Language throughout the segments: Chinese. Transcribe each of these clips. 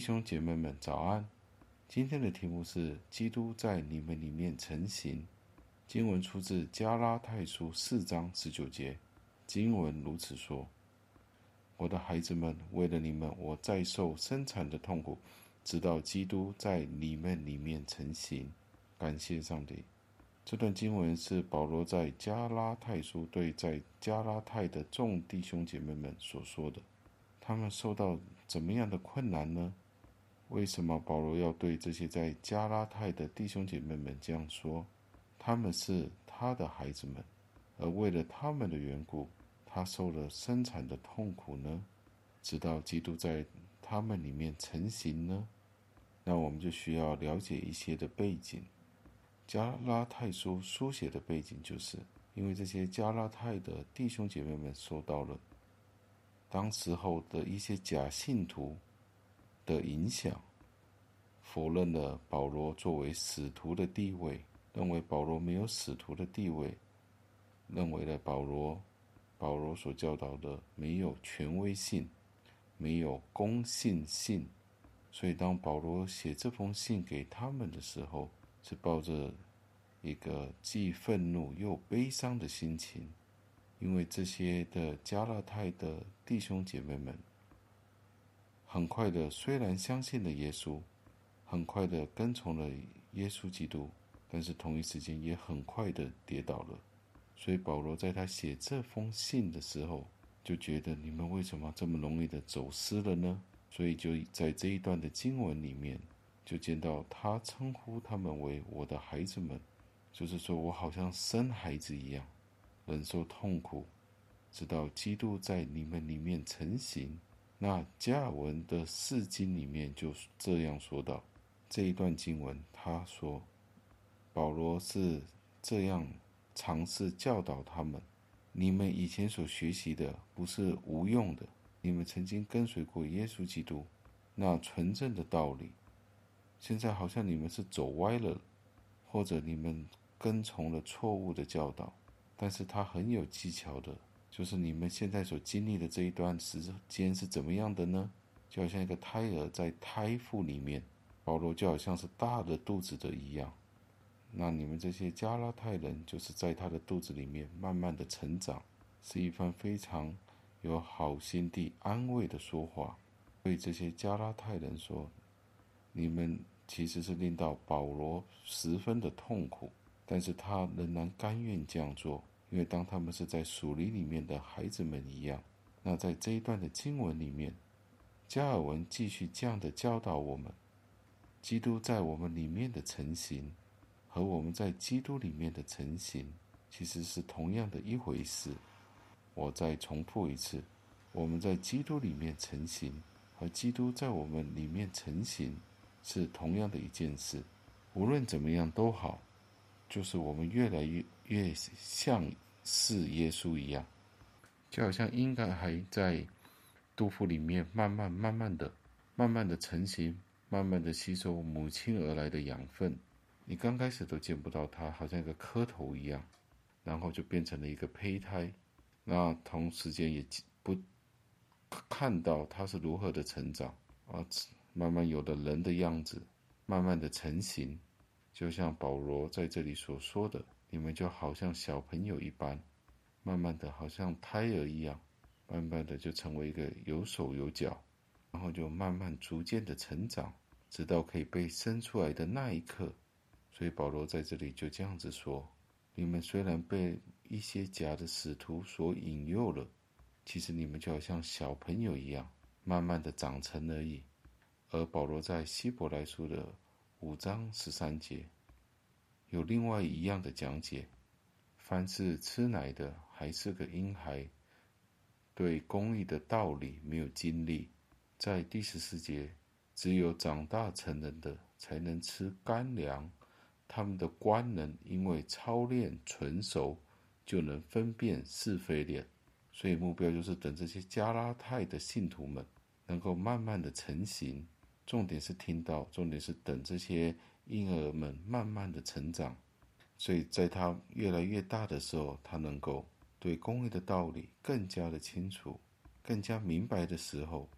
兄姐妹们早安，今天的题目是基督在你们里面成形。经文出自加拉太书4章19节，经文如此说：我的孩子们，为了你们，我再受生产的痛苦，直到基督在你们里面成形。感谢上帝。这段经文是保罗在加拉太书对在加拉太的众弟兄姐妹们所说的。他们受到怎么样的困难呢？为什么保罗要对这些在加拉太的弟兄姐妹们这样说？他们是他的孩子们，而为了他们的缘故，他受了生产的痛苦呢？直到基督在他们里面成形呢？那我们就需要了解一些的背景。加拉太书书写的背景，就是因为这些加拉太的弟兄姐妹们受到了当时候的一些假信徒的影响，否认了保罗作为使徒的地位，认为保罗没有使徒的地位，认为了保罗所教导的没有权威性，没有公信性。所以当保罗写这封信给他们的时候，是抱着一个既愤怒又悲伤的心情，因为这些的加拉太的弟兄姐妹们很快的虽然相信了耶稣，很快的跟从了耶稣基督，但是同一时间也很快的跌倒了。所以保罗在他写这封信的时候，就觉得你们为什么这么容易的走失了呢？所以就在这一段的经文里面，就见到他称呼他们为我的孩子们，就是说我好像生孩子一样，忍受痛苦，直到基督在你们里面成形。那加尔文的释经里面就这样说到，这一段经文他说，保罗是这样尝试教导他们，你们以前所学习的不是无用的，你们曾经跟随过耶稣基督那纯正的道理，现在好像你们是走歪了，或者你们跟从了错误的教导。但是他很有技巧的，就是你们现在所经历的这一段时间是怎么样的呢？就好像一个胎儿在胎腹里面，保罗就好像是大了肚子的一样。那你们这些加拉太人就是在他的肚子里面慢慢的成长，是一番非常有好心地安慰的说话。对这些加拉太人说，你们其实是令到保罗十分的痛苦，但是他仍然甘愿这样做，因为当他们是在属灵里面的孩子们一样。那在这一段的经文里面，加尔文继续这样的教导我们，基督在我们里面的成形和我们在基督里面的成形其实是同样的一回事。我再重复一次，我们在基督里面成形和基督在我们里面成形是同样的一件事。无论怎么样都好，就是我们越来越像是耶稣一样，就好像婴儿还在肚腹里面慢慢的成型，慢慢的吸收母亲而来的养分。你刚开始都见不到它，好像一个颗头一样，然后就变成了一个胚胎。那同时间也不看到它是如何的成长啊，慢慢有了人的样子，慢慢的成型。就像保罗在这里所说的，你们就好像小朋友一般，慢慢的好像胎儿一样，慢慢的就成为一个有手有脚，然后就慢慢逐渐的成长，直到可以被生出来的那一刻。所以保罗在这里就这样子说，你们虽然被一些假的使徒所引诱了，其实你们就好像小朋友一样，慢慢的长成而已。而保罗在希伯来书的5章13节有另外一样的讲解，凡是吃奶的还是个婴孩，对公义的道理没有经历。在第14节，只有长大成人的才能吃干粮，他们的官能因为操练纯熟，就能分辨是非了。所以目标就是等这些加拉太的信徒们能够慢慢的成型，重点是听到，重点是等这些婴儿们慢慢的成长。所以在他越来越大的时候，他能够对公义的道理更加的清楚，更加明白的时候，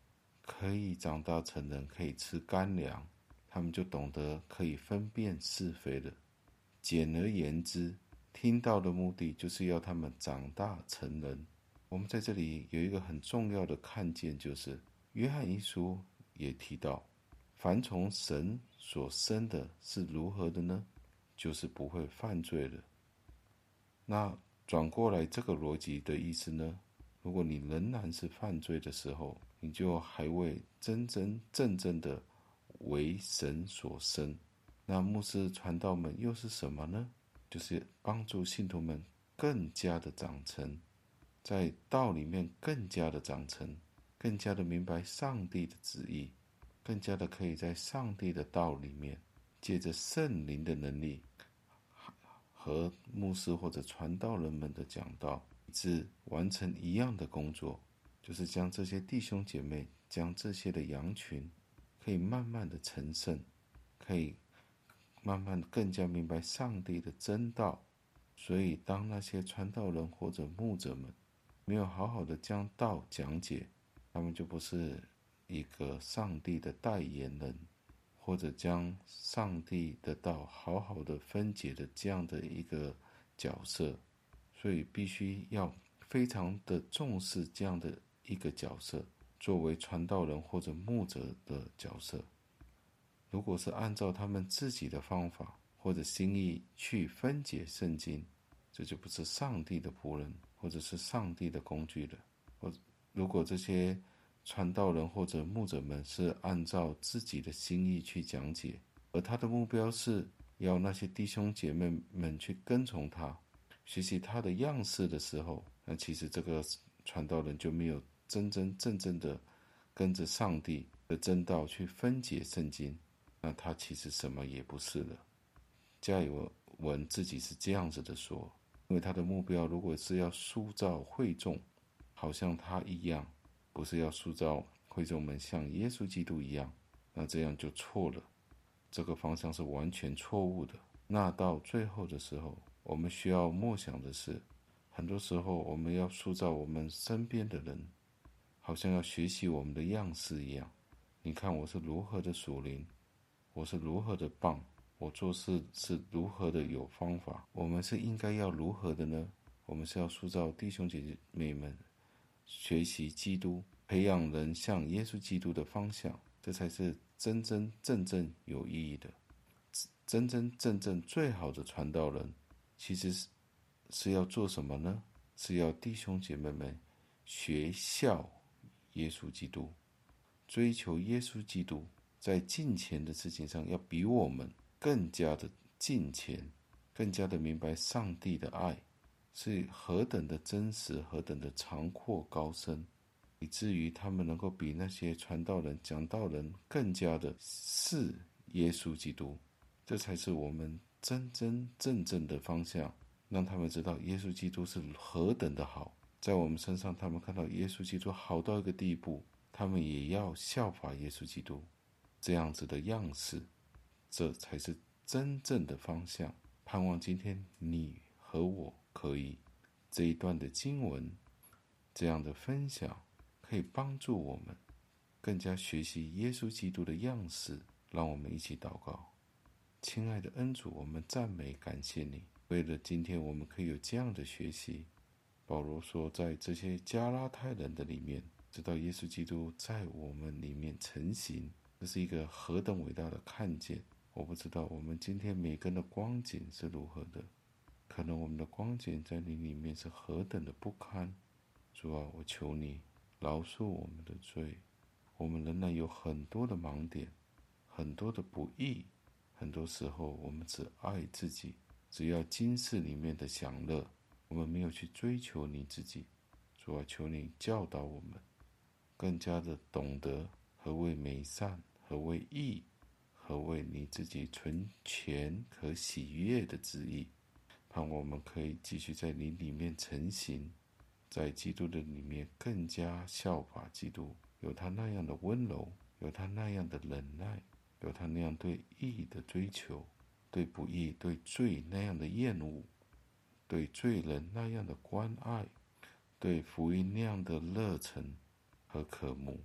可以长大成人，可以吃干粮，他们就懂得可以分辨是非了。简而言之，听道的目的就是要他们长大成人。我们在这里有一个很重要的看见，就是约翰一书也提到，凡从神所生的是如何的呢？就是不会犯罪的。那转过来这个逻辑的意思呢？如果你仍然是犯罪的时候，你就还未真真正正的为神所生。那牧师传道们又是什么呢？就是帮助信徒们更加的长成，在道里面更加的长成，更加的明白上帝的旨意，更加的可以在上帝的道里面，借着圣灵的能力和牧师或者传道人们的讲道，以致完成一样的工作，就是将这些弟兄姐妹，将这些的羊群，可以慢慢的成圣，可以慢慢更加明白上帝的真道。所以当那些传道人或者牧者们没有好好的将道讲解，他们就不是一个上帝的代言人，或者将上帝的道好好的分解的这样的一个角色。所以必须要非常的重视这样的一个角色，作为传道人或者牧者的角色。如果是按照他们自己的方法或者心意去分解圣经，这就不是上帝的仆人，或者是上帝的工具了。或如果这些传道人或者牧者们是按照自己的心意去讲解，而他的目标是要那些弟兄姐妹们去跟从他，学习他的样式的时候，那其实这个传道人就没有真真正正的跟着上帝的真道去分解圣经，那他其实什么也不是了。加尔文自己是这样子的说，因为他的目标如果是要塑造会众好像他一样，不是要塑造会众们像耶稣基督一样，那这样就错了，这个方向是完全错误的。那到最后的时候，我们需要默想的是，很多时候我们要塑造我们身边的人，好像要学习我们的样式一样。你看我是如何的属灵，我是如何的棒，我做事是如何的有方法。我们是应该要如何的呢？我们是要塑造弟兄姐妹们学习基督，培养人向耶稣基督的方向，这才是真真正正有意义的。真真正正最好的传道人，其实是要做什么呢？是要弟兄姐妹们学效耶稣基督，追求耶稣基督，在敬虔的事情上要比我们更加的敬虔，更加的明白上帝的爱是何等的真实，何等的长阔高深，以至于他们能够比那些传道人、讲道人更加的是耶稣基督。这才是我们真真正正的方向，让他们知道耶稣基督是何等的好。在我们身上，他们看到耶稣基督好到一个地步，他们也要效法耶稣基督这样子的样式，这才是真正的方向。盼望今天你和我可以这一段的经文这样的分享，可以帮助我们更加学习耶稣基督的样式。让我们一起祷告。亲爱的恩主，我们赞美感谢你，为了今天我们可以有这样的学习。保罗说，在这些加拉太人的里面，知道耶稣基督在我们里面成形，这是一个何等伟大的看见。我不知道我们今天每个人的光景是如何的，可能我们的光景在你里面是何等的不堪。主啊，我求你饶恕我们的罪，我们仍然有很多的盲点，很多的不义，很多时候我们只爱自己，只要今世里面的享乐，我们没有去追求你自己。主啊，求你教导我们更加的懂得何谓美善，何谓义，何谓你自己纯全和喜悦的旨意。盼望我们可以继续在你里面成形，在基督的里面更加效法基督，有他那样的温柔，有他那样的忍耐，有他那样对义的追求，对不义、对罪那样的厌恶，对罪人那样的关爱，对福音那样的热忱和渴慕。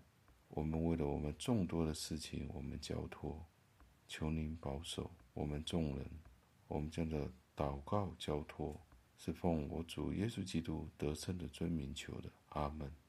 我们为了我们众多的事情，我们交托，求您保守我们众人。我们将的祷告交托，是奉我主耶稣基督得胜的尊名求的。阿门。